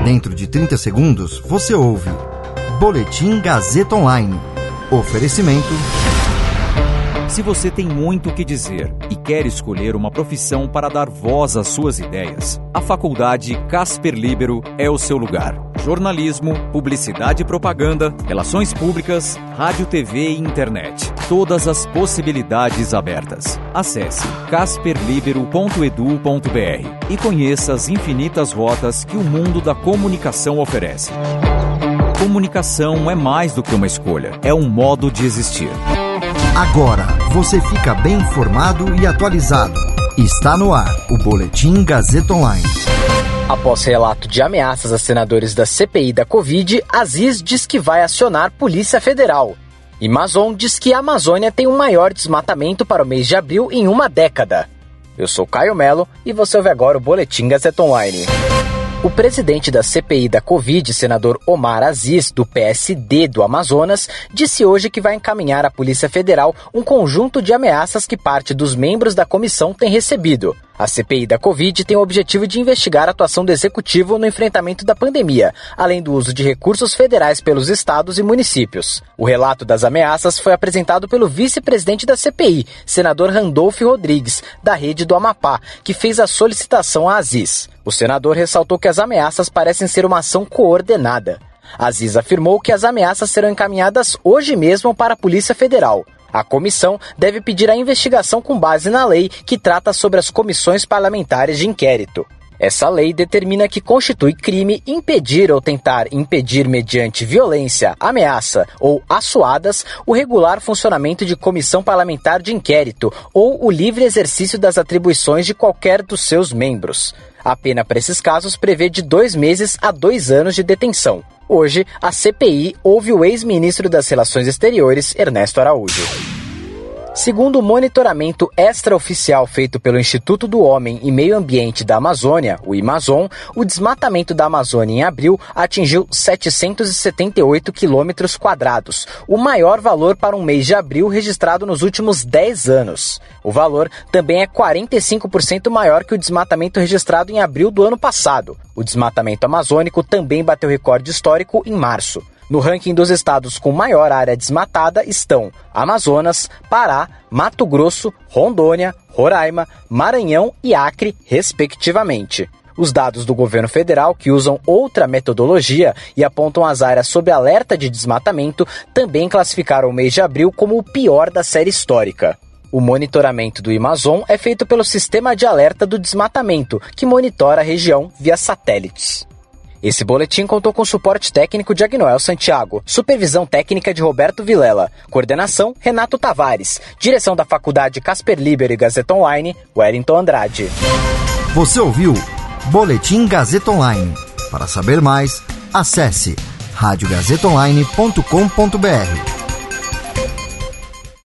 Dentro de 30 segundos, você ouve Boletim Gazeta Online. Oferecimento... Se você tem muito o que dizer e quer escolher uma profissão para dar voz às suas ideias, a Faculdade Casper Líbero é o seu lugar. Jornalismo, publicidade e propaganda, relações públicas, rádio, TV e internet. Todas as possibilidades abertas. Acesse casperlibero.edu.br e conheça as infinitas rotas que o mundo da comunicação oferece. Comunicação é mais do que uma escolha, é um modo de existir. Agora você fica bem informado e atualizado. Está no ar o Boletim Gazeta Online. Após relato de ameaças a senadores da CPI da Covid, Aziz diz que vai acionar Polícia Federal. E Mazon diz que a Amazônia tem o maior desmatamento para o mês de abril em uma década. Eu sou Caio Melo e você ouve agora o Boletim Gazeta Online. O presidente da CPI da Covid, senador Omar Aziz, do PSD do Amazonas, disse hoje que vai encaminhar à Polícia Federal um conjunto de ameaças que parte dos membros da comissão tem recebido. A CPI da Covid tem o objetivo de investigar a atuação do Executivo no enfrentamento da pandemia, além do uso de recursos federais pelos estados e municípios. O relato das ameaças foi apresentado pelo vice-presidente da CPI, senador Randolfo Rodrigues, da Rede do Amapá, que fez a solicitação a Aziz. O senador ressaltou que as ameaças parecem ser uma ação coordenada. Aziz afirmou que as ameaças serão encaminhadas hoje mesmo para a Polícia Federal. A comissão deve pedir a investigação com base na lei que trata sobre as comissões parlamentares de inquérito. Essa lei determina que constitui crime impedir ou tentar impedir mediante violência, ameaça ou assuadas o regular funcionamento de comissão parlamentar de inquérito ou o livre exercício das atribuições de qualquer dos seus membros. A pena para esses casos prevê de 2 meses a 2 anos de detenção. Hoje, a CPI ouve o ex-ministro das Relações Exteriores, Ernesto Araújo. Segundo o monitoramento extraoficial feito pelo Instituto do Homem e Meio Ambiente da Amazônia, o IMAZON, o desmatamento da Amazônia em abril atingiu 778 quilômetros quadrados, o maior valor para um mês de abril registrado nos últimos 10 anos. O valor também é 45% maior que o desmatamento registrado em abril do ano passado. O desmatamento amazônico também bateu recorde histórico em março. No ranking dos estados com maior área desmatada estão Amazonas, Pará, Mato Grosso, Rondônia, Roraima, Maranhão e Acre, respectivamente. Os dados do governo federal, que usam outra metodologia e apontam as áreas sob alerta de desmatamento, também classificaram o mês de abril como o pior da série histórica. O monitoramento do IMAZON é feito pelo Sistema de Alerta do Desmatamento, que monitora a região via satélites. Esse boletim contou com suporte técnico de Agnoel Santiago, supervisão técnica de Roberto Vilela, coordenação Renato Tavares, direção da Faculdade Casper Líbero e Gazeta Online, Wellington Andrade. Você ouviu Boletim Gazeta Online. Para saber mais, acesse radiogazetaonline.com.br.